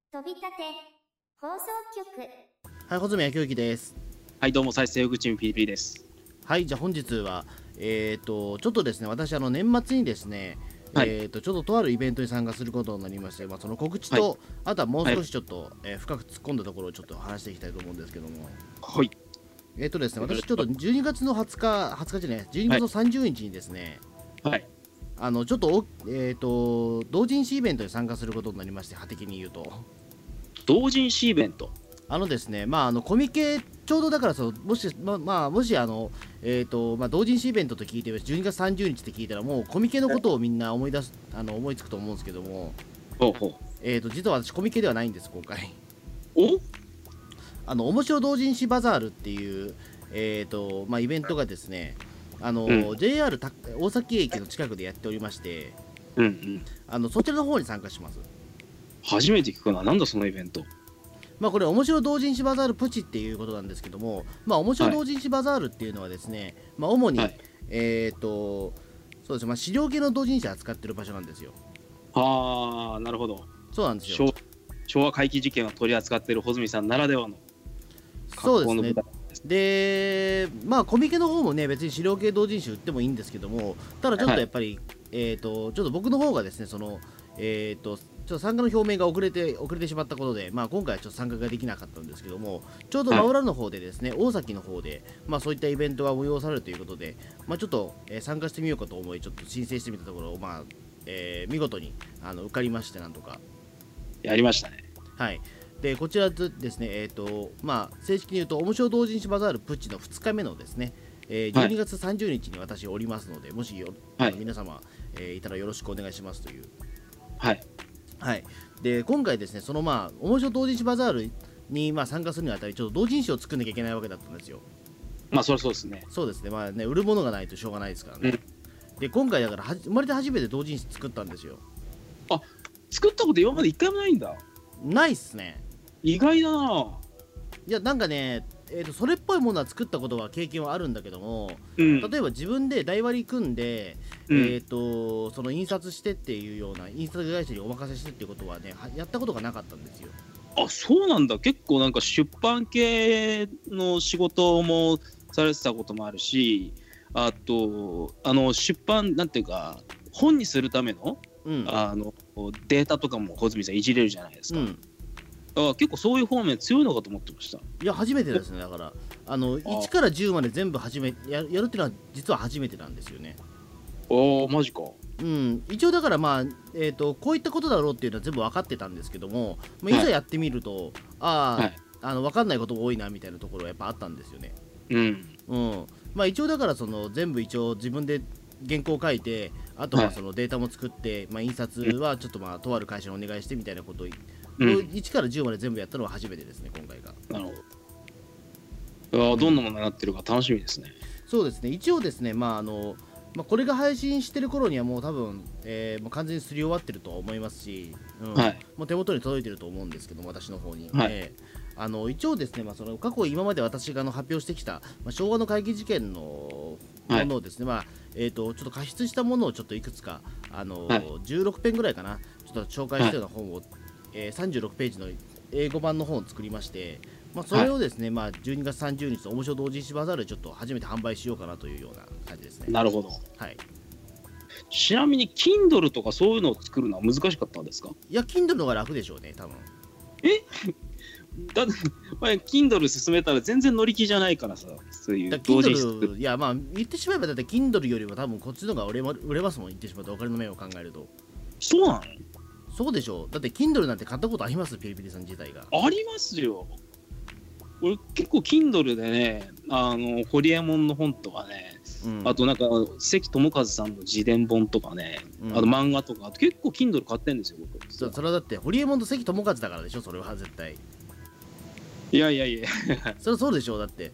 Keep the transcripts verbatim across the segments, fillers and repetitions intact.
飛び立て放送局。 はい、穂積昭之です。 はい、どうも再生用口ピリピリです。 はい、じゃあ本日はえっ、ー、とちょっとですね、私あの年末にですね、はい、えっ、ー、とちょっととあるイベントに参加することになりまして、まあ、その告知と、はい、あとはもう少しちょっと、はい、えー、深く突っ込んだところをちょっと話していきたいと思うんですけども。 はい。 えっ、ー、とですね、私ちょっとじゅうにがつのはつか、はつかじゃない、じゅうにがつのさんじゅうにちにですね、 はい。 あのちょっとえっ、ー、と同人誌イベントに参加することになりまして、派的に言うと。 同人誌イベント。 あのですね、まあ、あのコミケ、ちょうどだからその、もし、ままあ、もしあの、えーとまあ、同人誌イベントと聞いて、じゅうにがつさんじゅうにちって聞いたら、もうコミケのことをみんな思い出す、あの思いつくと思うんですけども、 ほうほう、 えーと実は私、コミケではないんです、今回。 おあの面白同人誌バザールっていう、えーとまあ、イベントがですね、あの、うん、ジェイアール 大崎駅の近くでやっておりまして、 うんうん、 あのそちらの方に参加します。 初めて聞くな、なんだそのイベント。 まあこれ面白同人誌バザールプチっていうことなんですけども、まあ面白同人誌バザールっていうのはですね、はい、まあ主に、はい、えっ、ー、とそうですね、まあ資料系の同人誌を扱ってる場所なんですよ。 ああ、なるほど。 そうなんですよ。 昭和怪奇事件を取り扱っている穂積さんならではのそうですね。で、まあコミケの方もね、別に資料系同人誌売ってもいいんですけども、ただちょっとやっぱり、はい、えっ、ー、とちょっと僕の方がですね、そのえっ、ー、とちょっと参加の表明が遅れて遅れてしまったことで、まあ、今回はちょっと参加ができなかったんですけども、ちょうど真裏の方でですね、はい、大崎の方で、まあ、そういったイベントが催されるということで、まあ、ちょっと、えー、参加してみようかと思い、ちょっと申請してみたところ、まあえー、見事にあの受かりまして、なんとか。 やりましたね。 はい。で、こちらですね、えっ、ー、と、まあ、正式に言うと、面白同人誌バザールプッチのふつかめのですね、えー、じゅうにがつさんじゅうにちに私おりますので、はい、もしよ、はい、皆様、えー、いたらよろしくお願いしますという。 はい。 はい、で今回ですね、そのまあ面白同人誌バザールにまあ参加するにあたり、ちょっと同人誌を作んなきゃいけないわけだったんですよ。 まあそりゃそうですね。 そうですね、まあね、売るものがないとしょうがないですからね。うん、で今回だからは生まれて初めて同人誌作ったんですよ。 あ、作ったこと今まで一回もないんだ。 ないっすね。 意外だな。 いやなんかね、えー、とそれっぽいものは作ったことは経験はあるんだけども、 うん、 例えば自分で台割り組んで、うん、えー、とその印刷してっていうような印刷会社にお任せしてっていうことはね、やったことがなかったんですよ。 あ、そうなんだ。結構なんか出版系の仕事もされてたこともあるし、あとあの出版なんていうか本にするための、うん、あのデータとかも穂積さんいじれるじゃないですか。うん、あ、結構そういう方面強いのかと思ってました。 いや初めてですね。だからあのいちからじゅうまで全部初め や, やるっていうのは実は初めてなんですよね。 ああ、マジか。 うん、一応だからまあ、えーと、こういったことだろうっていうのは全部分かってたんですけども、まあ、いざやってみると、はい、あ、はい、あの分かんないこと多いなみたいなところはやっぱあったんですよね。 うん、 うん、まあ一応だからその全部一応自分で原稿を書いて、あとはそのデータも作って、はい、まあ、印刷はちょっとまあとある会社にお願いしてみたいなことを、うん、いちからじゅうまで全部やったのは初めてですね、今回が。 なるほど。あ、どんなものになってるか楽しみですね。 そうですね、一応ですね、まああのまあ、これが配信してる頃にはもう多分、えー、もう完全にすり終わってるとは思いますし、うん、はい、もう手元に届いてると思うんですけども、私の方に、はい、えー、あの一応ですね、まあ、その過去今まで私があの発表してきた、まあ、昭和の怪奇事件のものをですね、はい、まあえー、とちょっと加筆したものをちょっといくつかあの、はい、じゅうろくペンぐらいかな、ちょっと紹介したような本を、はい、えー、さんじゅうろくページの英語版の本を作りまして、まあ、それをですね、はい、まあ、じゅうにがつさんじゅうにちの面白同人誌バザールでちょっと初めて販売しようかなというような感じですね。 なるほど。 はい、 ちなみに Kindle とかそういうのを作るのは難しかったんですか？ いや Kindle の方が楽でしょうね、多分。 えだって、まあ、Kindle 進めたら全然乗り気じゃないからさ、そういう同人誌作る。 いやまあ言ってしまえばだって Kindle よりも多分こっちの方が売れ、ま、売れますもん、言ってしまうとお金の面を考えると。 そうなの？ そうでしょう。だって Kindle なんて買ったことあります？ピリピリさん自体が。 ありますよ。俺結構 Kindle でね、あのホリエモンの本とかね、うん、あとなんか関智一さんの自伝本とかね、うん、あと漫画とか、あと結構 Kindle 買ってんですよ僕。 そ, それはだってホリエモンと関智一だからでしょ、それは絶対。 いやいやいやそれはそうでしょう。だって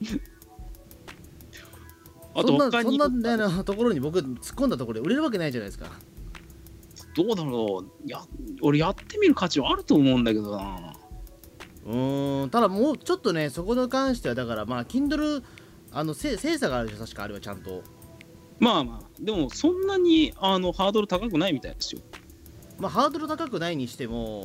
あと他にそんな、そんな、ね、ところに僕突っ込んだところで売れるわけないじゃないですか。 どうだろう、いや俺やってみる価値はあると思うんだけどな。 うーん、ただもうちょっとね、そこに関してはだからまあ Kindle あの精査があるでしょ、確かあれはちゃんと。 まあまあでもそんなにあのハードル高くないみたいですよ。 まあハードル高くないにしても、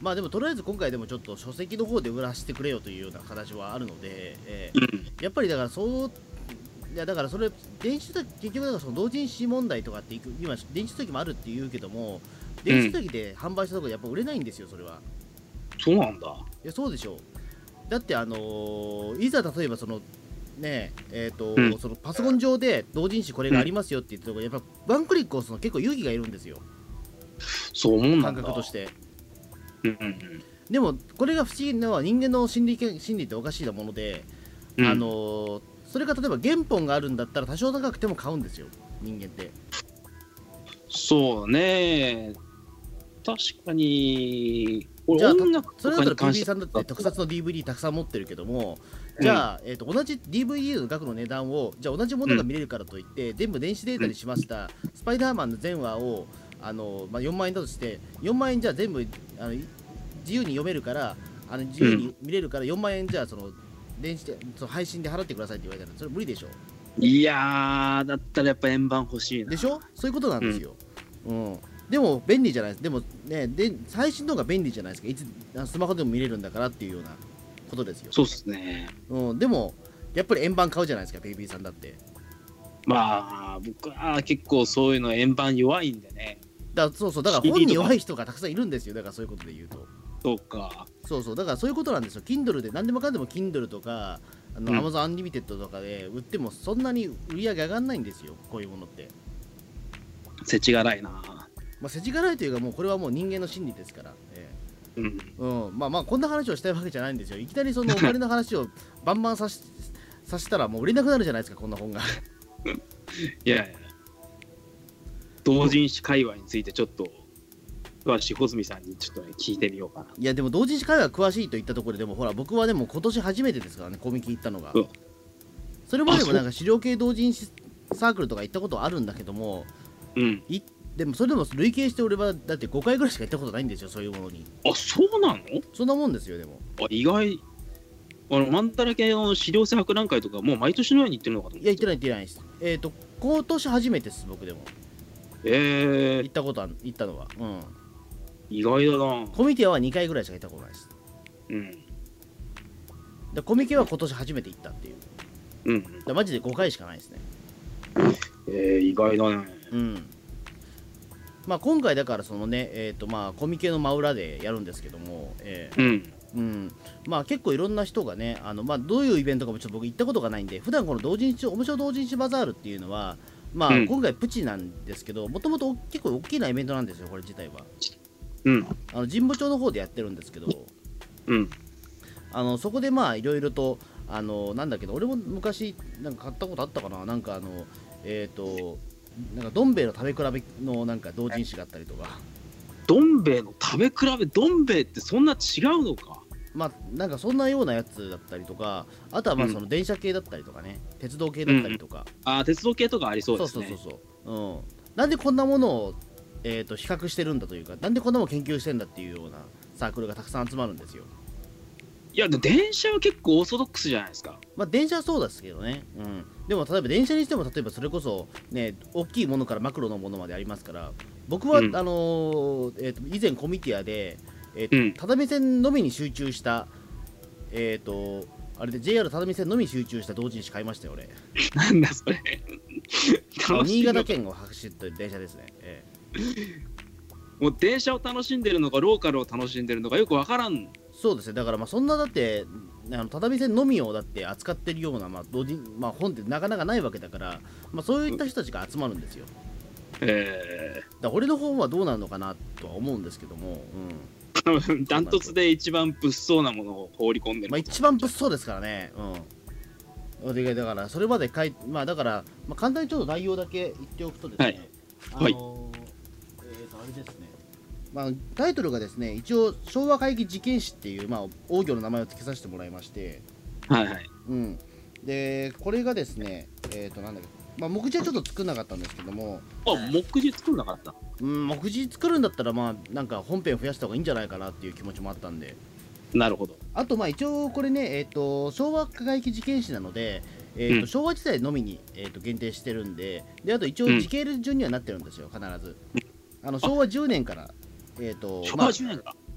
まあでもとりあえず今回でもちょっと書籍の方で売らせてくれよというような形はあるので、えーうん、やっぱりだからそういやだからそれ電子書籍結局だからその同人誌問題とかって今電子書籍もあるって言うけども電子書籍で販売したところでやっぱ売れないんですよそれは。 そうなんだ。 いやそうでしょう。だってあのー、いざ例えばそのねえーとうん、そのパソコン上で同人誌これがありますよって言ってところやっぱワンクリック押すの結構勇気がいるんですよ。 そう思うんだ。 感覚として。 うんうんうん、 でもこれが不思議なのは人間の心理心理っておかしいなもので、うん、あのー、それが例えば原本があるんだったら多少高くても買うんですよ人間って。 そうね確かに。 じゃあそれだったら ピービー さんだって特撮の ディーブイディー たくさん持ってるけども、じゃあ、えー、と同じ ディーブイディー の額の値段をじゃあ同じものが見れるからといって、うん、全部電子データにしました、うん、スパイダーマンの全話をあの、まあ、よんまんえんだとしてよんまんえんじゃあ全部あの自由に読めるからあの自由に見れるからよんまんえんじゃあその電子でその配信で払ってくださいって言われたらそれ無理でしょ。 いやーだったらやっぱ円盤欲しいなでしょ。そういうことなんですよ、うん、うん、でも便利じゃないです。でもねで最新の方が便利じゃないですか。いつスマホでも見れるんだからっていうようなことですよ。 そうですね、 うん、でもやっぱり円盤買うじゃないですか ピービー さんだって。 まあ僕は結構そういうの円盤弱いんでね。 だそうそうだから本に弱い人がたくさんいるんですよ。だからそういうことで言うとそうかそうそうだからそういうことなんですよ。 Kindle で何でもかんでも Kindle とかあの、うん、Amazon Unlimited とかで売ってもそんなに売り上げ上がんないんですよこういうものって。 世知辛いな。 まあ世知辛いというかもうこれはもう人間の心理ですから、えーうんうん、まあまあこんな話をしたいわけじゃないんですよ。いきなりそのお金の話をバンバンさしさしたらもう売れなくなるじゃないですかこんな本がいやいや同人誌界隈についてちょっと詳しい穂積さんにちょっと、ね、聞いてみようかな。 いやでも同人誌界隈詳しいといったところでもほら僕はでも今年初めてですからねコミケ行ったのが、うん、それまでもなんか資料系同人誌サークルとか行ったことあるんだけども、 うん、 いでもそれでも累計して俺はだってごかいぐらいしか行ったことないんですよそういうものに。 あそうなの。 そんなもんですよ。でもあ意外あのマンタラ系の資料性博覧会とかもう毎年のように行ってるのかと思って。 いや行ってない行ってないです。えっ、ー、と今年初めてです僕でも。 えー、 行ったことは行ったのは、うん、 意外だな。 コミケはにかいぐらいしか行ったことないです。 うんでコミケは今年初めて行ったっていう。 うんだマジでごかいしかないですね。 えー、意外だね。 うんまあ今回だからそのねえっ、ー、とまあコミケの真裏でやるんですけども、えー、 うんうん、まあ結構いろんな人がねあの、まあ、どういうイベントかもちょっと僕行ったことがないんで普段この同人誌面白同人誌バザールっていうのはまあ、うん、今回プチなんですけどもともと結構大きなイベントなんですよこれ自体は、 うん、 あの神保町の方でやってるんですけど、 うん、 あのそこでまあいろいろとあのなんだけど俺も昔なんか買ったことあったかななんかあのえっ、ー、となんかどん兵衛の食べ比べのなんか同人誌があったりとか。 どん兵衛の食べ比べどん兵衛ってそんな違うのか。 まあなんかそんなようなやつだったりとかあとはまあその電車系だったりとかね、うん、鉄道系だったりとか、 うん、ああ鉄道系とかありそうですね。 そうそうそうそう、うん、なんでこんなものを、えー、と比較してるんだというかなんでこんなものを研究してんだっていうようなサークルがたくさん集まるんですよ。 いや電車は結構オーソドックスじゃないですか。 まあ電車はそうですけどね、うん、でも例えば電車にしても例えばそれこそね大きいものからマクロのものまでありますから僕は、うん、あのーえー、と以前コミティアで、えーとうん、只見線のみに集中したえっ、ー、とあれで ジェイアール 只見線のみに集中した同人誌買いましたよ俺。 なんだそれ新潟県を走ってる電車ですね、えー、もう電車を楽しんでるのかローカルを楽しんでるのかよくわからん。 そうですねだからまあそんなだってあの只見線のみをだって扱ってるような、まあ同人まあ、本ってなかなかないわけだから、まあ、そういった人たちが集まるんですよ。 えー、だ俺の本はどうなるのかなとは思うんですけども、 うん、ダントツで一番物騒なものを放り込んでる、 まあ、一番物騒ですからね、うん、だからそれまで書いまあだから、まあ、簡単にちょっと内容だけ言っておくとですね、はい、あのー、えーとあれですね、まあ、タイトルがですね一応昭和会議事件史っていう、まあ、奥義の名前を付けさせてもらいまして、 はいはい、 うん、でこれがですねえっ、ー、となんだっけまあ、目次はちょっと作んなかったんですけども。 あ、目次作んなかった。 うん、目次作るんだったら、まあ、なんか本編増やした方がいいんじゃないかなっていう気持ちもあったんで。 なるほど。 あと、まあ、一応これね、えっ、ー、と、昭和会議事件史なので、えーとうん、昭和時代のみに、えー、と限定してるんで、で、あと一応時系列順にはなってるんですよ、必ず。あの昭和じゅうねんから、えっ、ー、と、 昭和じゅうねんか、まあ、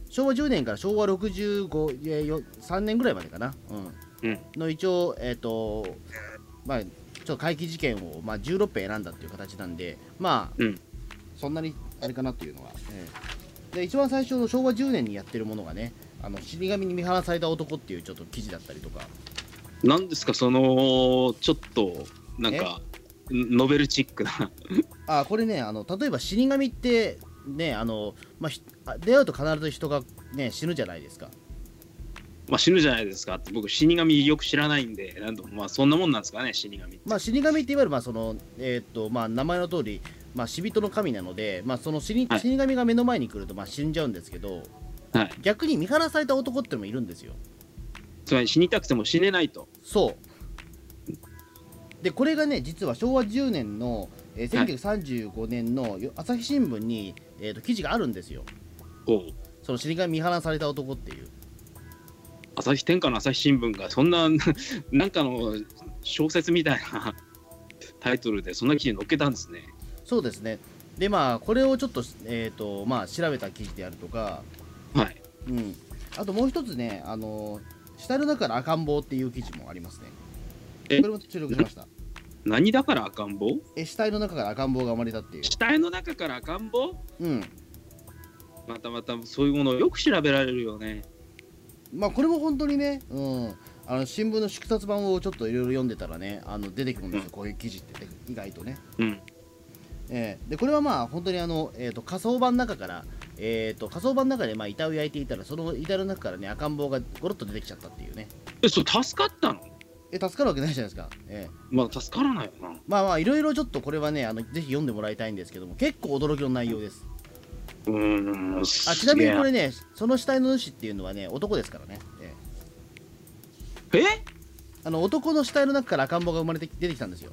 しょうわじゅうねんからしょうわろくじゅうご、えー、さんねんぐらいまでかな、うんうん、の一応、えっ、ー、とまあちょっと怪奇事件を、まあ、じゅうろっぺん選んだっていう形なんで、まあ、うん、そんなにあれかなっていうのは、えー、で一番最初のしょうわじゅうねんにやってるものがね、あの死神に見放された男っていうちょっと記事だったりとか。 なんですかそのちょっとなんかノベルチックなあ、これね、あの例えば死神ってね、あの、まあ、出会うと必ず人が、ね、死ぬじゃないですか。 まあ、死ぬじゃないですかって、僕死神よく知らないんで、なんとまあそんなもんなんですかね、死神って。 まあ、死神っていわゆるまあその、えーっとまあ、名前の通り、まあ、死人の神なので、まあ、その死に、はい、死神が目の前に来るとまあ死んじゃうんですけど、はい、逆に見放された男ってのもいるんですよ。 つまり死にたくても死ねないと。 そうで、これがね、実はしょうわじゅうねんの、えー、せんきゅうひゃくさんじゅうごねんの朝日新聞に、えー、と記事があるんですよ。 おう、 その死神見放された男っていう。 朝日天下の朝日新聞がそんななんかの小説みたいなタイトルでそんな記事載っけたんですね。 そうですね。でまあこれをちょっと、えーとまあ、調べた記事であるとか、 はい、 うん、あともう一つね、あの死体の中から赤ん坊っていう記事もありますね。 え、 これも注力しました。 何だから赤ん坊？ え、死体の中から赤ん坊が生まれたっていう。 死体の中から赤ん坊？ うん。 またまたそういうものをよく調べられるよね。 まあこれも本当にね、うん、あの新聞の縮刷版をちょっといろいろ読んでたらね、あの出てくるんですよ、うん、こういう記事って、ね、意外とね。 うん。 えー、でこれはまあ本当にあの、えー、と火葬場の中から、えー、と火葬場の中でまあ遺体を焼いていたら、その遺体の中からね赤ん坊がゴロッと出てきちゃったっていうね。 え、それ助かったの？ え、助かるわけないじゃないですか。えー、まあ助からないよな。 まあまあいろいろちょっとこれはね、あのぜひ読んでもらいたいんですけども、結構驚きの内容です。 うーん、あ、 ちなみにこれね、その死体の主っていうのはね、男ですからね。 えー、えあの男の死体の中から赤ん坊が生まれて出てきたんですよ。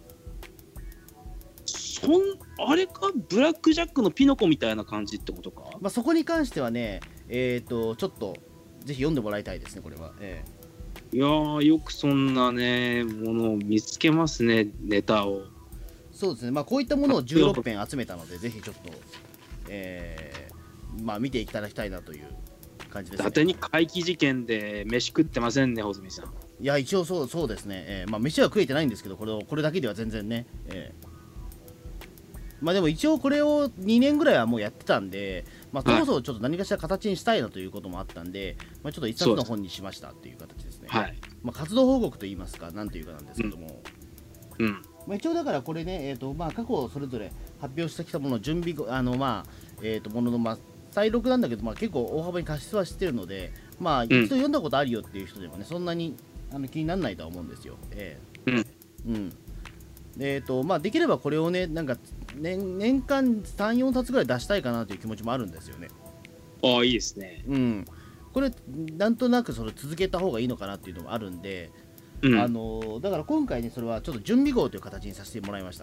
そんあれか、ブラックジャックのピノコみたいな感じってことか。 まあそこに関してはね、えっ、ー、とちょっとぜひ読んでもらいたいですね、これは。えー、いやー、よくそんなねものを見つけますね、ネタを。 そうですね、まあこういったものをじゅうろっぺん集めたので、ぜひちょっと、えー、まあ見ていただきたいなという感じですね。 伊達に怪奇事件で飯食ってませんね、穂積さん。 いや、一応そうそうですね、えー、まあ飯は食えてないんですけど、これをこれだけでは全然ね、えー、まあでも一応これをにねんぐらいはもうやってたんで、まあそもそもちょっと何かしら形にしたいなということもあったんで、まあちょっと一冊の本にしましたっていう形ですね。 はい。 まあ活動報告といいますか、なんていうかなんですけども、 うん。うん、 まあ一応だからこれね、えっとまあ過去それぞれ発表してきたものの準備あのまあえっともののまあ再録なんだけど、まあ結構大幅に過失はしてるので、まあ一度読んだことあるよっていう人でもね、そんなにあの気にならないとは思うんですよ。ええー。 うん。うん。えっとまあできればこれをね、なんか年, 年間さん、よんさつぐらい出したいかなという気持ちもあるんですよね。 ああ、いいですね。 うん。これなんとなくそれ続けた方がいいのかなっていうのもあるんで、うん、あのだから今回ね、それはちょっと準備号という形にさせてもらいました。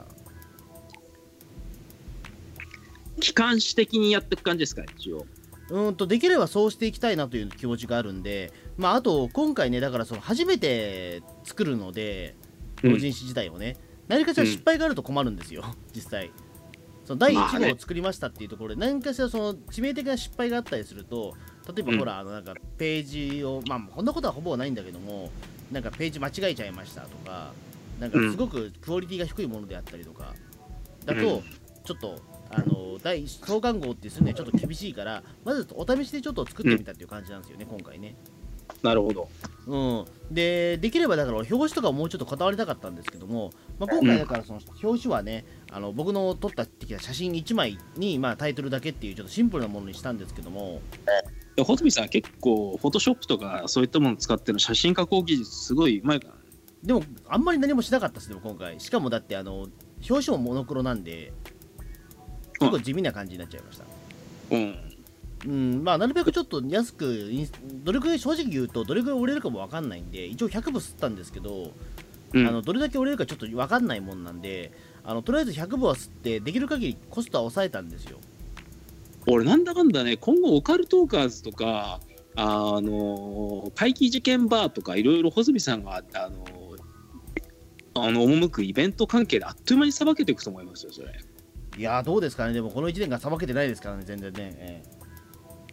機関誌的にやっていく感じですか、一応。 うんとできればそうしていきたいなという気持ちがあるんで、まああと今回ね、だからその初めて作るので、同人誌自体をね、うん、何かしら失敗があると困るんですよ、うん、実際。そのだいいち号を作りましたっていうところで、何かしらその致命的な失敗があったりすると、例えばほら、うん、あのなんかページを、まあこんなことはほぼないんだけども、なんかページ間違えちゃいましたとか、なんかすごくクオリティが低いものであったりとかだと、ちょっとあの第創刊号ってするにはちょっと厳しいから、まずお試しでちょっと作ってみたっていう感じなんですよね、今回ね。 なるほど。 うん、でできればだから表紙とかもうちょっとこだわりたかったんですけども、まあ、今回だからその表紙はね、あの僕の撮った的な写真いちまいに、まあ、タイトルだけっていうちょっとシンプルなものにしたんですけども、 穂積さん結構フォトショップとかそういったものを使っての写真加工技術すごいうまいからね。 でもあんまり何もしなかったですね今回。しかもだってあの表紙もモノクロなんで結構地味な感じになっちゃいました。 うん、 うん、まあなるべくちょっと安く、どれくらい正直言うとどれくらい売れるかも分かんないんで、一応ひゃくぶ吸ったんですけど、うん、あのどれだけ売れるかちょっと分かんないもんなんで、あのとりあえずひゃくぶは吸ってできる限りコストは抑えたんですよ。 俺なんだかんだね、今後オカルトーカーズとかあの怪奇事件バーとかいろいろ穂積さんがあのあの赴くイベント関係であっという間にさばけていくと思いますよ、それ。 いやーどうですかね。でもこのいちねんかんさばけてないですからね、全然ね、えー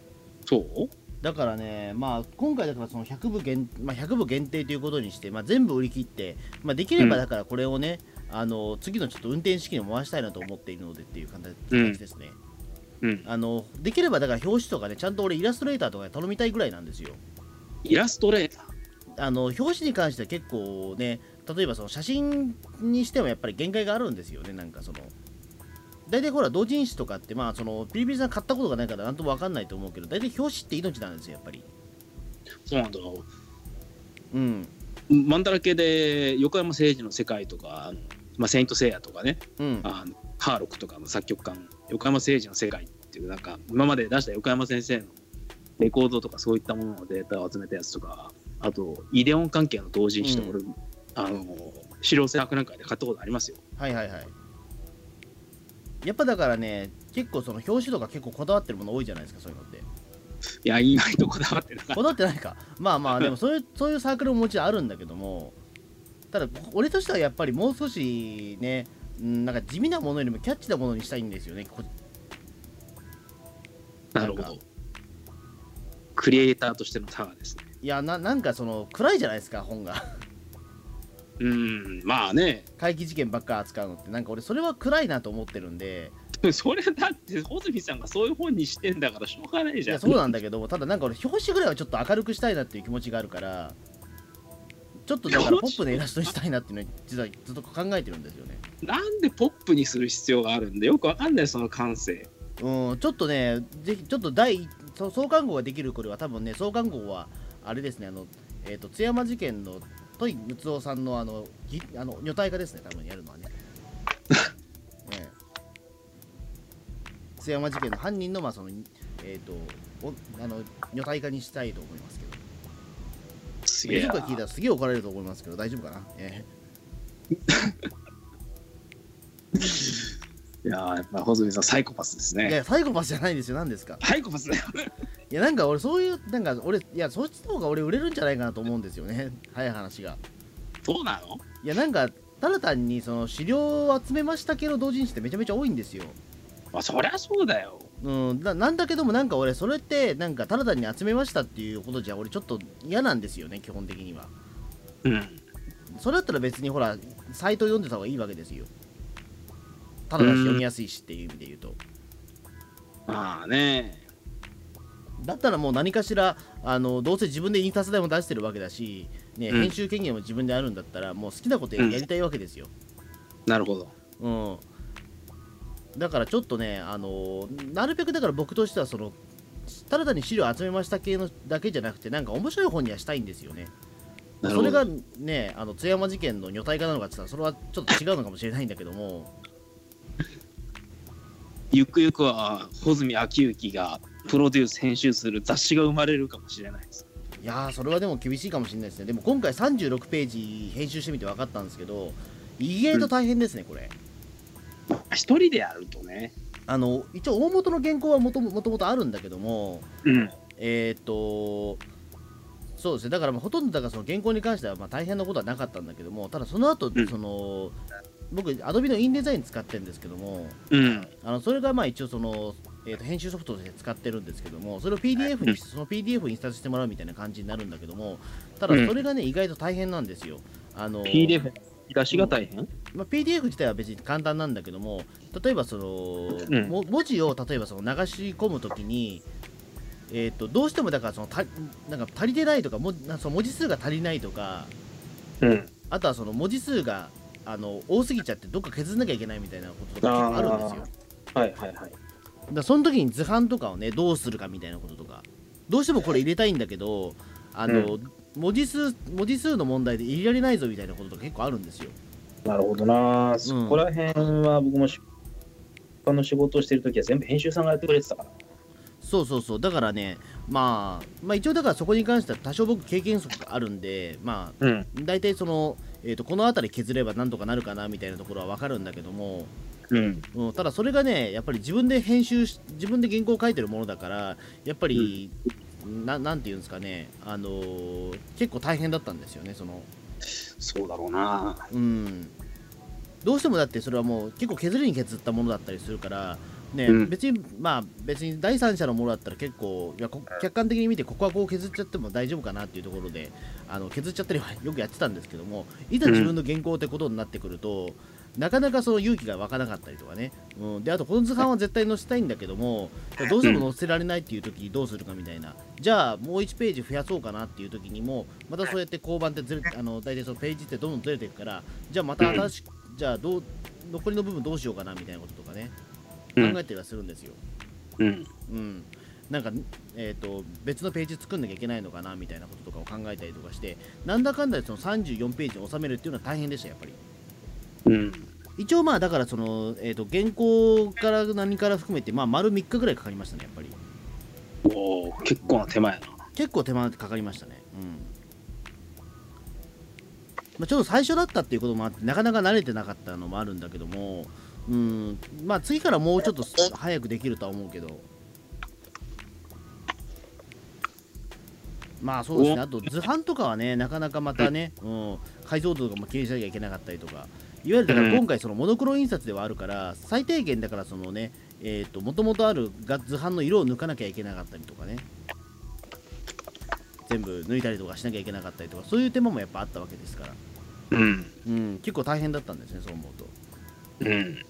そうだからね、まあ、今回だからそのひゃくぶ限、まあ、ひゃくぶ限定ということにして、まあ、全部売り切って、まあ、できればだからこれをね、うん、あの次のちょっと運転資金を回したいなと思っているのでっていう形ですね、うんうん、あのできればだから表紙とかねちゃんと俺イラストレーターとかで頼みたいぐらいなんですよ。 イラストレーター、 あの表紙に関しては結構ね、例えばその写真にしてもやっぱり限界があるんですよね。なんかその大体ほら同人誌とかってまあそのピリピリさん買ったことがないからなんとも分かんないと思うけど、大体表紙って命なんですよやっぱり。 そうなんだ。 うん。 マンダラ系で横山誠二の世界とか、あのまあ、セイントセイヤとかね、うん、あのハーロックとかの作曲家の横山誠二の世界っていうなんか今まで出した横山先生のレコードとかそういったもののデータを集めたやつとか、あとイデオン関係の同人誌と俺、うん、あの資料制博覧会で買ったことありますよ。 はいはいはい。やっぱだからね、結構その表紙とか結構こだわってるもの多いじゃないですか、そういうのって。 いや、意外とこだわってるこだわってないか。まあまあ、でもそういうそういうサークルももちろんあるんだけども、ただ、俺としてはやっぱりもう少しね、なんか地味なものよりもキャッチなものにしたいんですよね。 なるほど。クリエイターとしての差がですね。 いやな、なんかその暗いじゃないですか、本が。 うん、まあね。 怪奇事件ばっか扱うのって、なんか俺、それは暗いなと思ってるんで。 それだって、穂積さんがそういう本にしてんだからしょうがないじゃん。いや、 そうなんだけど、ただなんか俺、表紙ぐらいはちょっと明るくしたいなっていう気持ちがあるから、ちょっとだからポップなイラストにしたいなっていうのを実はずっと考えてるんですよね。 なんでポップにする必要があるんだよくわかんない、その感性。 うん、ちょっとね、ぜひ、ちょっと第、創刊号ができるこれは多分ね、創刊号は、あれですね、あの、えっ、ー、と、津山事件の、戸井睦夫さんのあの、ぎあの女体化ですね、多分やるのはね。ね津山事件の犯人の、まあ、その、えっ、ー、と、おあの、女体化にしたいと思いますけど。すげえ。僕が聞いたらすげえ怒られると思いますけど、大丈夫かな。えーいやー、やっぱ穂積さんサイコパスですね。 いや、サイコパスじゃないんですよ。何ですか。 サイコパスだよ。 いや、なんか俺、そういう、なんか俺、いや、そっちの方が俺売れるんじゃないかなと思うんですよね。早い話が。 そうなの？ いや、なんか、ただ単に、その、資料を集めました系の同人誌ってめちゃめちゃ多いんですよ。 まあ、そりゃそうだよ。 うん、な, なんだけども、なんか俺、それって、なんか、ただ単に集めましたっていうことじゃ、俺、ちょっと嫌なんですよね、基本的には。 うん。 それだったら別に、ほら、サイト読んでた方がいいわけですよ。ただだし読みやすいしっていう意味で言うと。 まあね。 だったらもう何かしら、あのどうせ自分で印刷代も出してるわけだし、ね、うん、編集権限も自分であるんだったら、もう好きなことやりたいわけですよ。 うん、なるほど。 うん。だからちょっとね、あのなるべくだから僕としては、その、ただ単に資料集めました系のだけじゃなくて、なんか面白い本にはしたいんですよね。それがね、あの津山事件の女体化なのかって言ったら、それはちょっと違うのかもしれないんだけども。 ゆくゆくは穂積昭之がプロデュース編集する雑誌が生まれるかもしれないです。 いやー、それはでも厳しいかもしれないですね。でも今回さんじゅうろくページ編集してみて分かったんですけど、意外と大変ですね、これ。 一人でやるとね。 あの一応大元の原稿はもともとあるんだけども、 うん、 えっ、ー、とそうですね、だからまあほとんどだからその原稿に関してはまあ大変なことはなかったんだけども、ただその後、うん、その僕アドビのインデザイン使ってるんですけども、 うん、 あのそれがまあ一応その、えー、と編集ソフトとして使ってるんですけども、それを ピーディーエフ にして、その ピーディーエフ を印刷してもらうみたいな感じになるんだけども、ただそれがね、うん、意外と大変なんですよ。あのピーディーエフ 出しが大変、 まあ、ピーディーエフ 自体は別に簡単なんだけども、例えばその、うん、文字を例えばその流し込むときに、えー、とどうしてもだからそのたなんか足りてないとか、もその文字数が足りないとか、 うん、 あとはその文字数があの多すぎちゃってどっか削んなきゃいけないみたいなこととか結構あるんですよ。 はいはいはい。 だその時に図版とかをねどうするかみたいなこととか、どうしてもこれ入れたいんだけど、あの、うん、文字数文字数の問題で入れられないぞみたいなこととか結構あるんですよ。 なるほどな、うん、そこら辺は僕も出版の仕事をしてる時は全部編集さんがやってくれてたから。 そうそうそう、だからね、まあ、まあ一応だからそこに関しては多少僕経験則があるんで、まあ、うん、大体その、えーと、この辺り削ればなんとかなるかなみたいなところは分かるんだけども、 うんうん、ただそれがね、やっぱり自分で編集し、自分で原稿を書いてるものだから、やっぱり、うん、な, なんていうんですかね、あのー、結構大変だったんですよね、その。 そうだろうな。 うん。どうしてもだってそれはもう結構削りに削ったものだったりするから、 ね、 うん別にまあ別に第三者のものだったら結構いやこ客観的に見てここはこう削っちゃっても大丈夫かなっていうところであの削っちゃったりはよくやってたんですけども、いざ自分の原稿ってことになってくると、うん、なかなかその勇気が湧かなかったりとかね、うん、であとこの図版は絶対載せたいんだけどもどうしても載せられないっていう時どうするかみたいな、じゃあもういちページ増やそうかなっていう時にもまたそうやって交番ってずれあの大体そのページってどんどんずれていくから、じゃあまた新しくじゃあどう残りの部分どうしようかなみたいなこととかね考えたりはするんですよ。 うん、 うん、なんか、えーと、別のページ作んなきゃいけないのかなみたいなこととかを考えたりとかして、なんだかんだでそのさんじゅうよんページに収めるっていうのは大変でしたやっぱり。 うん、 一応まあだからその、えーと、原稿から何から含めてまあ丸みっかぐらいかかりましたねやっぱり。 おお、結構な手間やな。 結構手間かかりましたね。うん。まあ、ちょっと最初だったっていうこともあってなかなか慣れてなかったのもあるんだけども。うん、まあ次からもうちょっと早くできるとは思うけど、まあそうですね、あと図版とかはねなかなかまたね、うん、解像度とかも気にしなきゃいけなかったりとか、いわゆるだから今回そのモノクロ印刷ではあるから最低限だからそのねえっともともとある図版の色を抜かなきゃいけなかったりとかね、全部抜いたりとかしなきゃいけなかったりとか、そういう手間もやっぱあったわけですから、 うん、 うん、結構大変だったんですねそう思うと。 うん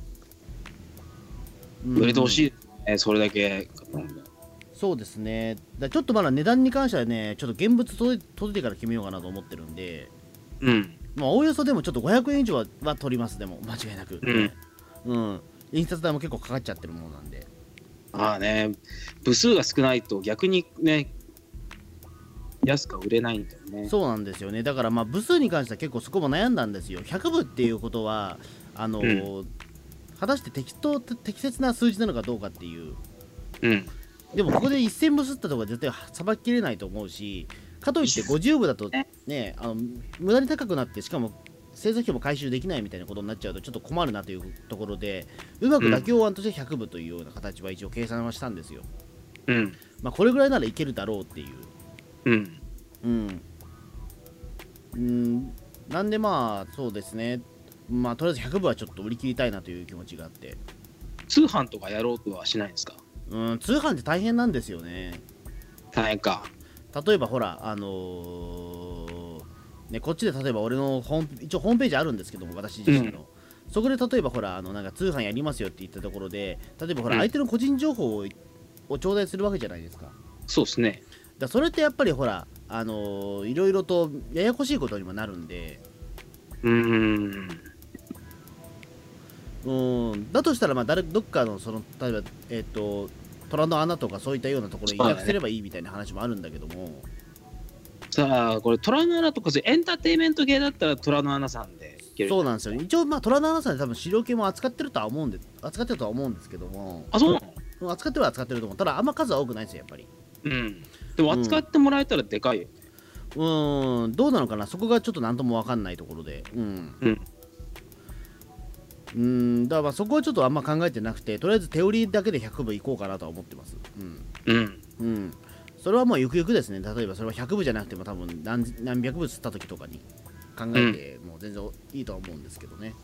売れてほしいですね、それだけ。 そうですね、だちょっとまだ値段に関してはね、ちょっと現物届い届いてから決めようかなと思ってるんで、 うん、 まあおおよそでもちょっとごひゃくえん以上はは取ります、でも間違いなく、 うん、 うん、印刷代も結構かかっちゃってるものなんで。 ああね、部数が少ないと逆にね、安くは売れないんだよね。 そうなんですよね、だからまあ部数に関しては結構そこも悩んだんですよ。ひゃくぶっていうことは、あのーうん果たして適当適切な数字なのかどうかっていう、 うん、 でもここでせんぶすったとか絶対さばききれないと思うし、かといってごじゅうぶだとねあの無駄に高くなってしかも制作費も回収できないみたいなことになっちゃうとちょっと困るなというところで、うまく妥協案としてひゃくぶというような形は一応計算はしたんですよ。 うん、 まあこれぐらいならいけるだろうっていう、 うんうんうんなんでまあそうですね、まあとりあえずひゃくぶはちょっと売り切りたいなという気持ちがあって。 通販とかやろうとはしないんですか？ うん、通販って大変なんですよね。 大変か。 例えばほらあのー、ねこっちで例えば俺のホーム一応ホームページあるんですけども私自身の、うん、そこで例えばほらあのなんか通販やりますよって言ったところで例えばほら相手の個人情報を、を頂戴するわけじゃないですか。 そうですね。 だそれってやっぱりほらあのー、いろいろとややこしいことにもなるんで、 うーんうんだとしたらまあ誰どっかのその例えばえっ、ー、と虎の穴とかそういったようなところに委託すればいいみたいな話もあるんだけども、 さあこれ虎の穴とかそういうエンターテインメント系だったら虎の穴さんでいける。 そうなんですよね。一応まあ虎の穴さんで多分資料系も扱ってるとは思うんで扱ってるとは思うんですけども、 あそうなの扱ってるは扱ってると思う。ただあんま数は多くないですよやっぱり。 うんでも扱ってもらえたらでかいよ。 うん、うんどうなのかな、そこがちょっと何とも分かんないところで、うんうんうんだからまあそこはちょっとあんま考えてなくて、とりあえず手売りだけでひゃくぶいこうかなとは思ってます。うんうんうんそれはまあゆくゆくですね。例えばそれはひゃくぶじゃなくても多分 何, 何百部釣った時とかに考えてもう全然いいとは思うんですけどね。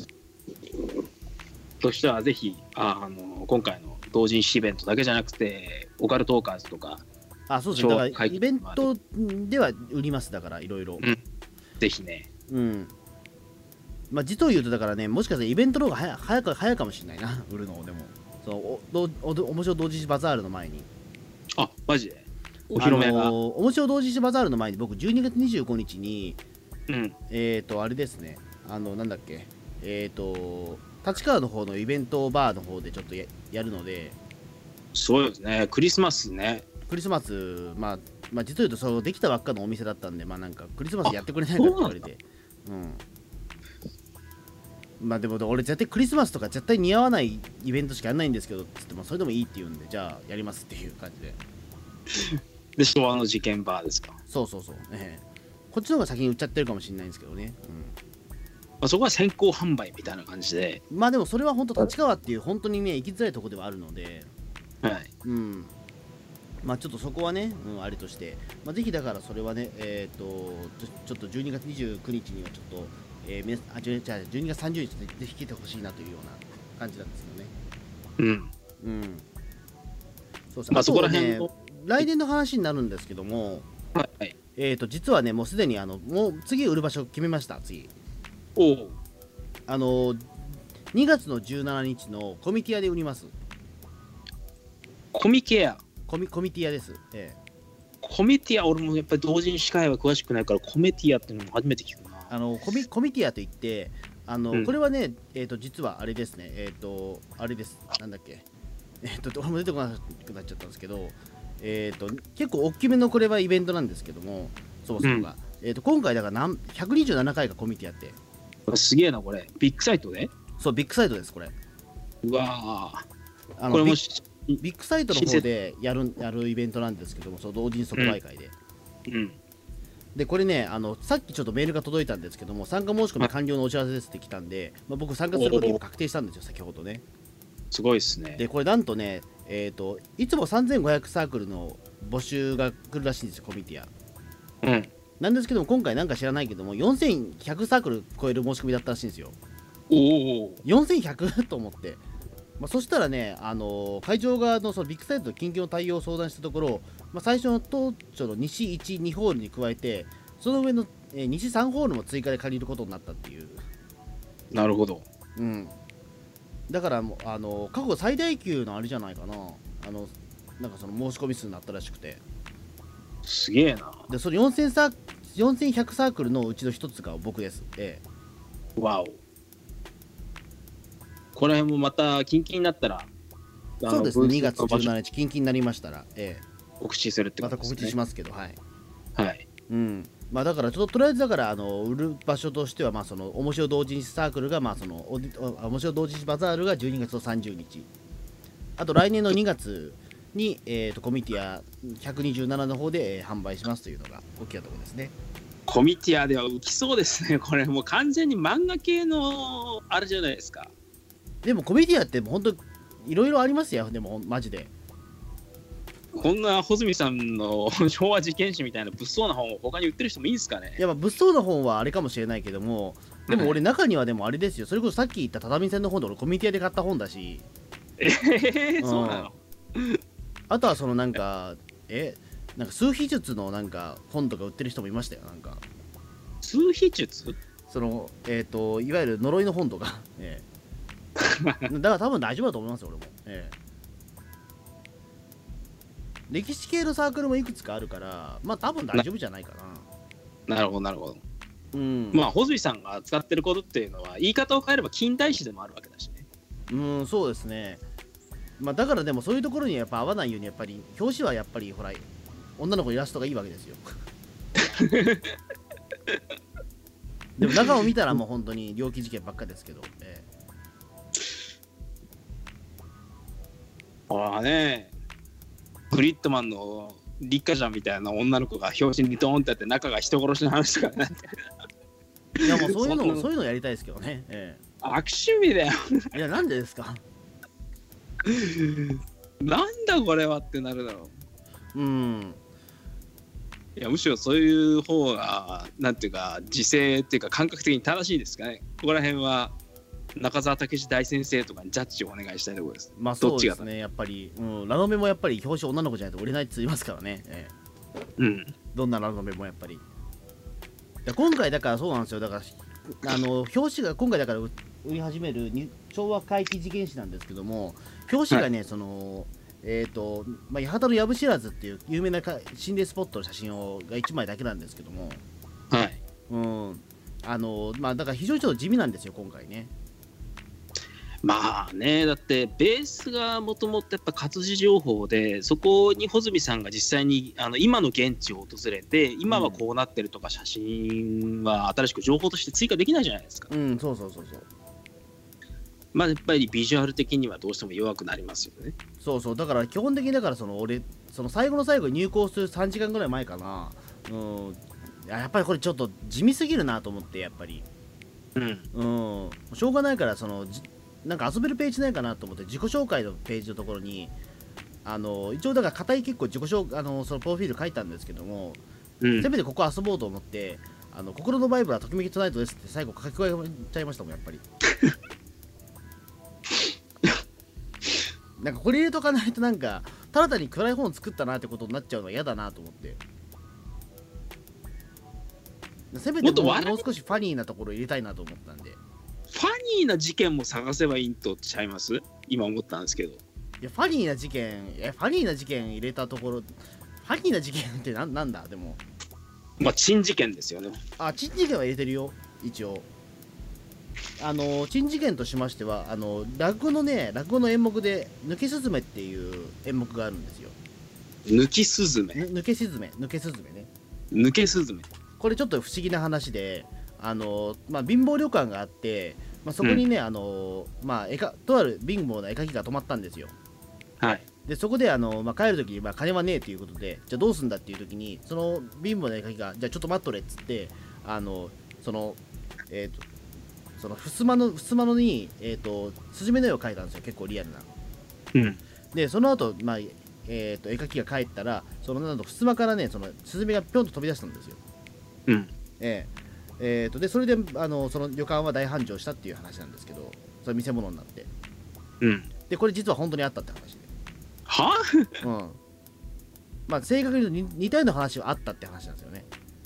そしたらぜひ あ, あの今回の同人誌イベントだけじゃなくてオカルトーカーズとかあそうですね、だからイベントでは売ります。だからいろいろぜひね。 うんまあ実を言うとだからね、もしかしたらイベントの方が早早く早いかもしれないな売るの。でもそのおおお面白同人誌バザールの前にあマジでお披露目が、 あのー、面白同人誌バザールの前に僕じゅうにがつにじゅうごにちに、 うん、 えっ、ー、とあれですね、あのなんだっけえっ、ー、と立川の方のイベントバーの方でちょっと や, やるので。 そうですね、クリスマスね。 クリスマス、まあ、まあ実を言うとそうできたばっかのお店だったんで、まあなんかクリスマスやってくれないかって言われて、うんまあでも俺絶対クリスマスとか絶対似合わないイベントしかやらないんですけどっつってもそれでもいいって言うんで、じゃあやりますっていう感じで。 で昭和の事件バーですか。 そうそうそう、ええ、こっちの方が先に売っちゃってるかもしれないんですけどね、うんまあ、そこは先行販売みたいな感じで。 まあでもそれは本当立川っていう本当にね行きづらいところではあるので、 はいうんまあちょっとそこはね、うん、あれとして、まあ、ぜひだからそれはね、えっ、ー、とちょっとじゅうにがつにじゅうくにちにはちょっと、えー、あじゅうにがつさんじゅうにちぜひ来てほしいなというような感じなんですよね。 うん。 うん。そうです。 まあ、そこらね、 辺の来年の話になるんですけども、 はい。 えっ、ー、と、実はね、もうすでにあの、もう次売る場所決めました、次。 おお。 あの、にがつのじゅうしちにちのコミティアで売ります。 コミケアコミコミティアです。ええ。 コミティア、俺もやっぱり同人誌界は詳しくないから、コミティアっていうのも初めて聞くな。 あのコミコミティアといって、あの、うん、これはね、えーと、実はあれですね、えっ、ー、と、あれです、なんだっけ、えっ、ー、と、俺も出てこなくなっちゃったんですけど、えっ、ー、と、結構大きめのこれはイベントなんですけども、そもそもが。うん、えっと、今回だから何ひゃくにじゅうななかいがコミティアって。 すげえな、これ。ビッグサイトで？ そう、ビッグサイトです、これ。 うわぁ。あのこれもビッグサイトの方でやるやるイベントなんですけども、その同人即売会で。 うん。うん、 で、これねあの、さっきちょっとメールが届いたんですけども、参加申し込み完了のお知らせですって来たんで、まあ、僕、参加することに確定したんですよ、先ほどね。 すごいですね。 で、これ、なんとね、えーと、いつもさんぜんごひゃくサークルの募集が来るらしいんですよ、コミティア。 うん。 なんですけども、今回なんか知らないけども、よんせんひゃくサークル超える申し込みだったらしいんですよ。 おお。 よんせんひゃく と思って。まあ、そしたらね、あのー、会場側のそのビッグサイトの緊急の対応を相談したところ、まあ、最初の当初の西いち、にホールに加えて、その上の、えー、西さんホールも追加で借りることになったっていう。 なるほど。 うん。だからもう、あのー、過去最大級のあれじゃないかな。あの、なんかその申し込み数になったらしくて。 すげえな。 で、そのよんせんサーよんせんひゃくサークルのうちの一つが僕です。ええ。わお。この辺もまた近々になったら、 そうですね、にがつじゅうしちにち、近々になりましたら、ええ、 告知するってことですね。 また告知しますけど、はい。 はい。 うん。まあ、だからちょっととりあえずだからあの売る場所としては、まあ、その面白同人誌サークルが、まあ、そのおお面白同人誌バザールがじゅうにがつのさんじゅうにち、あと来年のにがつに、えー、とコミティアひゃくにじゅうななの方で、えー、販売しますというのが大きなところですね。 コミティアでは浮きそうですね。これもう完全に漫画系のあれじゃないですか。 でもコミティアって本当いろいろありますよ。でもマジでこんな穂積さんの昭和事件史みたいな物騒な本を他に売ってる人もいいんですかね。 いや、まあ物騒な本はあれかもしれないけども、でも俺中にはでもあれですよ、それこそさっき言った畳線の本で俺コミュニティで買った本だし。 えー、そうなの。 あとはそのなんかえなんか数秘術のなんか本とか売ってる人もいましたよ。なんか数秘術、 そのえっ、ー、といわゆる呪いの本とか、ええ、だから多分大丈夫だと思いますよ俺も、ええ、歴史系のサークルもいくつかあるから、まあ多分大丈夫じゃないかな。なるほどなるほど。 うん、 まあ穂積さんが使ってることっていうのは言い方を変えれば近代史でもあるわけだしね。 うん、そうですね。まあだからでもそういうところにやっぱ合わないようにやっぱり表紙はやっぱりほら女の子イラストがいいわけですよ。でも中を見たらもう本当に猟奇事件ばっかですけど、ええ、ああね、グリッドマンのリッカちゃんみたいな女の子が表紙にドーンってやって中が人殺しの話とかね。 いやもうそういうのそういうのやりたいですけどね、ええ、 悪趣味だよ。 いやなんでですか。 なんだこれはってなるだろう。うん。 いやむしろそういう方がなんていうか時勢っていうか感覚的に正しいですかね。ここら辺は中澤武史大先生とかにジャッジをお願いしたいところです。 まあそうですね、やっぱり、うん、ラノベもやっぱり表紙女の子じゃないと売れないって言いますからね、ええ、うん、 どんなラノベもやっぱり。今回だからそうなんですよ。だからあの表紙が今回だから売り始める昭和怪奇事件史なんですけども、表紙がね、はい、そのえっ、ー、と、まあ、八幡の藪知らずっていう有名な心霊スポットの写真をがいちまいだけなんですけども、 はい、 うん、あのまあだから非常にちょっと地味なんですよ今回ね。 まあね、だってベースがもともとやっぱ活字情報で、そこに穂積さんが実際にあの今の現地を訪れて今はこうなってるとか写真は新しく情報として追加できないじゃないですか。 うん、そうそうそうそう。 まあやっぱりビジュアル的にはどうしても弱くなりますよね。 そうそう、だから基本的にだからその俺その最後の最後に入校するさんじかんぐらい前かな、うん、やっぱりこれちょっと地味すぎるなと思ってやっぱり、 うん、 うん、しょうがないからそのなんか遊べるページないかなと思って自己紹介のページのところにあの一応だから硬い結構自己紹あのそのプロフィール書いたんですけども、うん、せめてここ遊ぼうと思ってあの心のバイブルはときめきトゥナイトですって最後書き加えちゃいましたもんやっぱり。 なんかこれ入れとかないとなんかただ単に暗い本作ったなってことになっちゃうのは嫌だなと思って、せめても う, もう少しファニーなところ入れたいなと思ったんで。 ファニーな事件も探せばいいんとちゃいます？今思ったんですけど。いやファニーな事件いやファニーな事件入れたところ、ファニーな事件ってななんだでも。 まあ珍事件ですよね。 あ、珍事件は入れてるよ一応。あの珍事件としましては、あの落語のね落語の演目で抜けすずめっていう演目があるんですよ。 抜きすずめ。 抜けすずめ抜けすずめね。 抜けすずめ。 これちょっと不思議な話で、あのまあ貧乏旅館があって、まあ、そこにね、うん、あのまあ絵かとある貧乏な絵描きが泊まったんですよ。 はい。 でそこであの、まあ、帰るときに、まあ、金はねえということで、じゃあどうすんだっていうときに、その貧乏な絵描きがじゃあちょっと待っとれっつって、あのそのえっ、ー、とその襖の襖のに、えー、とスズメの絵を描いたんですよ、結構リアルな。 うん、 でその後、まあえー、と絵描きが帰ったら、そのなんと襖からねそのスズメがぴょんと飛び出したんですよ。 うん、 えーえー、とでそれであのその旅館は大繁盛したっていう話なんですけど、それ見せ物になって、 うん、 でこれ実は本当にあったって話で。 はうん。まあ正確に言うと似たような話はあったって話なんですよね。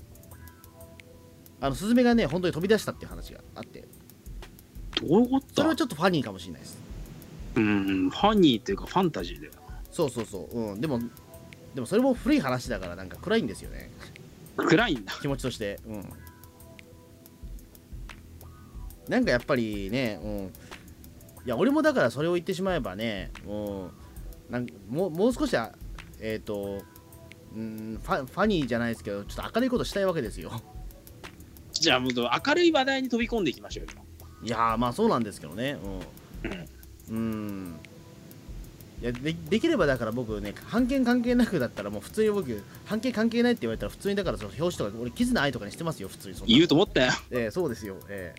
あのスズメがね本当に飛び出したっていう話があって。 どういうこと？ それはちょっとファニーかもしれないです。 うん、ファニーっていうかファンタジーだよ。 そうそうそう、うん、でもでもそれも古い話だからなんか暗いんですよね。 暗いんだ。 気持ちとして、うん。なんかやっぱりね、うん。いや俺もだからそれを言ってしまえばね、うん、なんもうもう少しはえっ、ー、と、うん、ファファニーじゃないですけど、ちょっと明るいことしたいわけですよ。 じゃあもう明るい話題に飛び込んでいきましょうよ。 いやーまあそうなんですけどね。うん。うん。いや で, できればだから僕ね、半券関係なくだったらもう普通に僕、半券関係ないって言われたら普通にだからその表紙とか俺キズナアイとかにしてますよ、普通に。そんな言うと思ったよ。 えー、そうですよ。え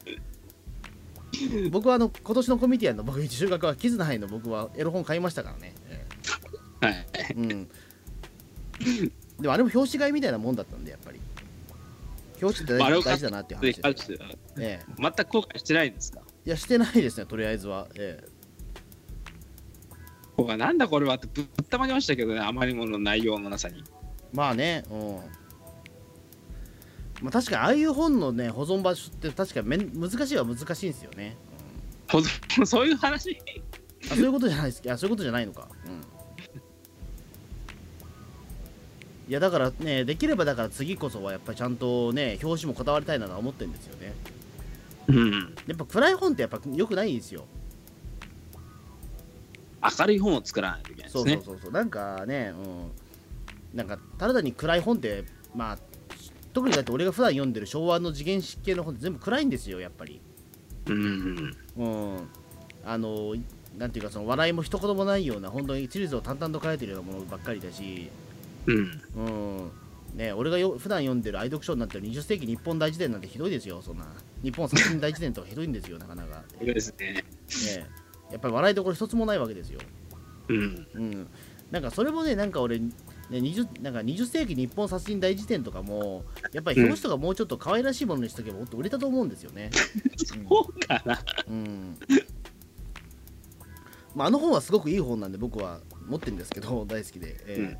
ー、僕はあの今年のコミティアンの僕中学はキズナアイの僕はエロ本買いましたからね。えー、はい。 うん。でもあれも表紙買いみたいなもんだったんで、やっぱり。表紙って大事だなっていう話です、 ええ、全く後悔してないんですか？ いや、してないですね、とりあえずは。ええ、 僕はなんだこれはってぶったまりましたけどね、あまりもの内容のなさに。 まあね、うん。まあ、確かにああいう本のね、保存場所って確かにめん難しいは難しいんですよね。 うん、保存そういう話あ、そういうことじゃないですか。そういうことじゃないのか。うん。いやだからね、できればだから次こそはやっぱりちゃんとね、表紙もこだわりたいなと思ってるんですよね。 うん。 やっぱ暗い本ってやっぱ良くないんですよ。 明るい本を作らないといけないですね。 そうそうそうそう。なんかね、うん。なんかただ単に暗い本ってまあ特にだって俺が普段読んでる昭和の次元式系の本って全部暗いんですよ、やっぱり。 うん。 うん。あのなんていうかその笑いも一言もないような本当に地図を淡々と書いてるようなものばっかりだし。 うん、 うんね、俺がよ普段読んでる愛読書になってるにじゅっせいき日本大辞典なんてひどいですよ、そんな。日本殺人大辞典とかひどいんですよ、なかなか。 ひどいですね。 ね、やっぱり笑いどころ一つもないわけですよ。 うん。 うん。なんかそれもね、なんか俺、ね、20, なんかにじゅっせいき日本殺人大辞典とかも、やっぱり表紙とかもうちょっと可愛らしいものにしとけばもっと売れたと思うんですよね。 そうかな。 うん。まあ、あの本はすごくいい本なんで僕は持ってるんですけど、大好きで。えーうん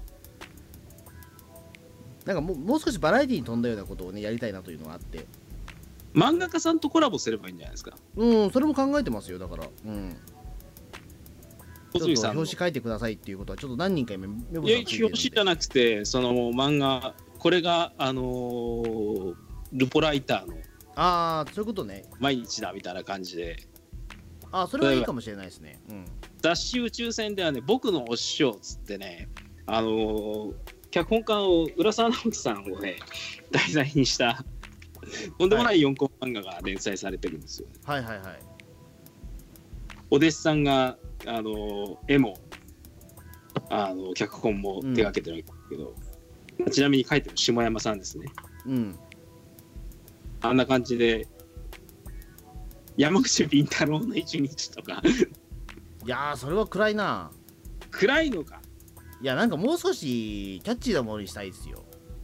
なんかも う, もう少しバラエティに富んだようなことをねやりたいなというのがあって、 漫画家さんとコラボすればいいんじゃないですか。 うんそれも考えてますよ。だからうんちょっと表紙書いてくださいっていうことはちょっと何人か今目星がついてるんで。いや表紙じゃなくてその漫画これがあのー、ルポライターのああそういうことね毎日だみたいな感じで。 ああそれはいいかもしれないですね。うん、 雑誌宇宙船ではね僕のお師匠っつってねあのー脚本家の浦沢直樹さんをね題材にしたとんでもないよんコマ漫画が連載されてるんですよ、ね、 はいはいはい。 お弟子さんがあの絵もあの脚本も手掛けてるんですけど、うん、ちなみに書いてる下山さんですね。 うんあんな感じで山口敏太郎の一日とかいやーそれは暗いな。 暗いのか。 いやなんかもう少しキャッチーなものにしたいですよ。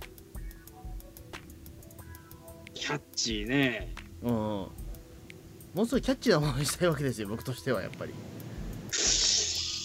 キャッチーね。 うんもう少しキャッチーなものにしたいわけですよ僕としてはやっぱり。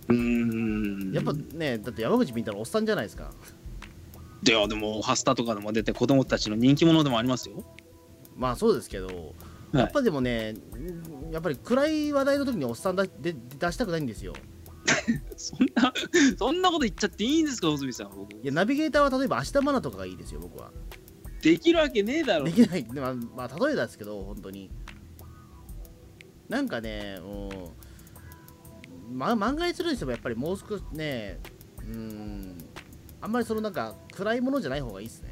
うーん。 やっぱね、だって山口みたいなおっさんじゃないですか。 いやでもハスタとかでも出て子供たちの人気者でもありますよ。 まあそうですけど、やっぱでもね、はい、やっぱり暗い話題の時におっさんだで出したくないんですよ。 そんなそんなこと言っちゃっていいんですか、穂積さん。いやナビゲーターは例えば明日マナとかがいいですよ、僕は。 できるわけねえだろ。 できない、まあ、まあ例えですけど、本当になんかね、うん、ま漫画にするにしてもやっぱりもう少しね、うん、あんまりそのなんか暗いものじゃない方がいいですね。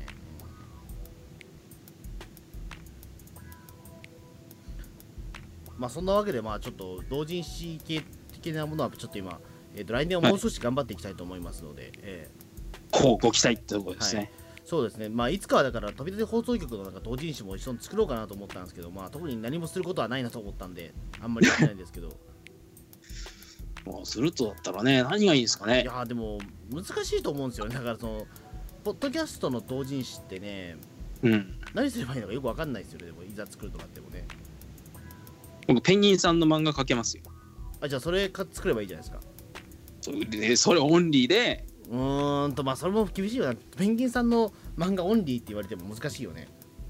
まあそんなわけで、まあちょっと同人誌系的なものはちょっと今、えー、と来年はもう少し頑張っていきたいと思いますので、はい、えー、こうご期待ってところですね。はい、 そうですね。まあいつかはだから飛び出て放送局のなんか同人誌も一緒に作ろうかなと思ったんですけど、まあ特に何もすることはないなと思ったんで、あんまりできないんですけど。 もうするとだったらね、何がいいですかね。 いやでも難しいと思うんですよね。だからそのポッドキャストの同人誌ってね、 うん、 何すればいいのかよくわかんないですよね。でもいざ作るとかってもね。 僕ペンギンさんの漫画描けますよ。 あ、じゃあそれか作ればいいじゃないですか。 それそれオンリーで。 うーんとまあそれも厳しいよな。ペンギンさんの漫画オンリーって言われても難しいよね。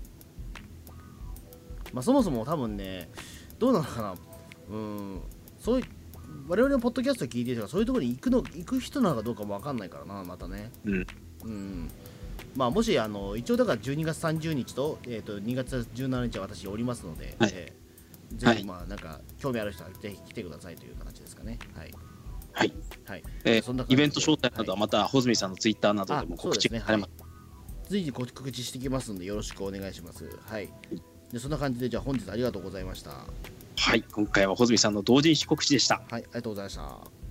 まあそもそも多分ね、どうなのかな。うーん、そういう我々のポッドキャスト聞いてる人がそういうところに行くの行く人なのかどうかも分かんないからな、またね。 うん。 うん。まあもしあの一応だからじゅうにがつさんじゅうにちとえっ、ー、とにがつじゅうしちにちは私おりますので、はい、えー、ぜひまあなんか興味ある人はぜひ来てくださいという形ですかね。はい。 はい。 はい。 えー、そんなイベント招待などはまた穂積さんのツイッターなどでも告知されます。 随時告知してきますのでよろしくお願いします。はい。でそんな感じでじゃあ本日ありがとうございました。 はい、今回は穂積さんの同人誌告知でした。 はい、ありがとうございました。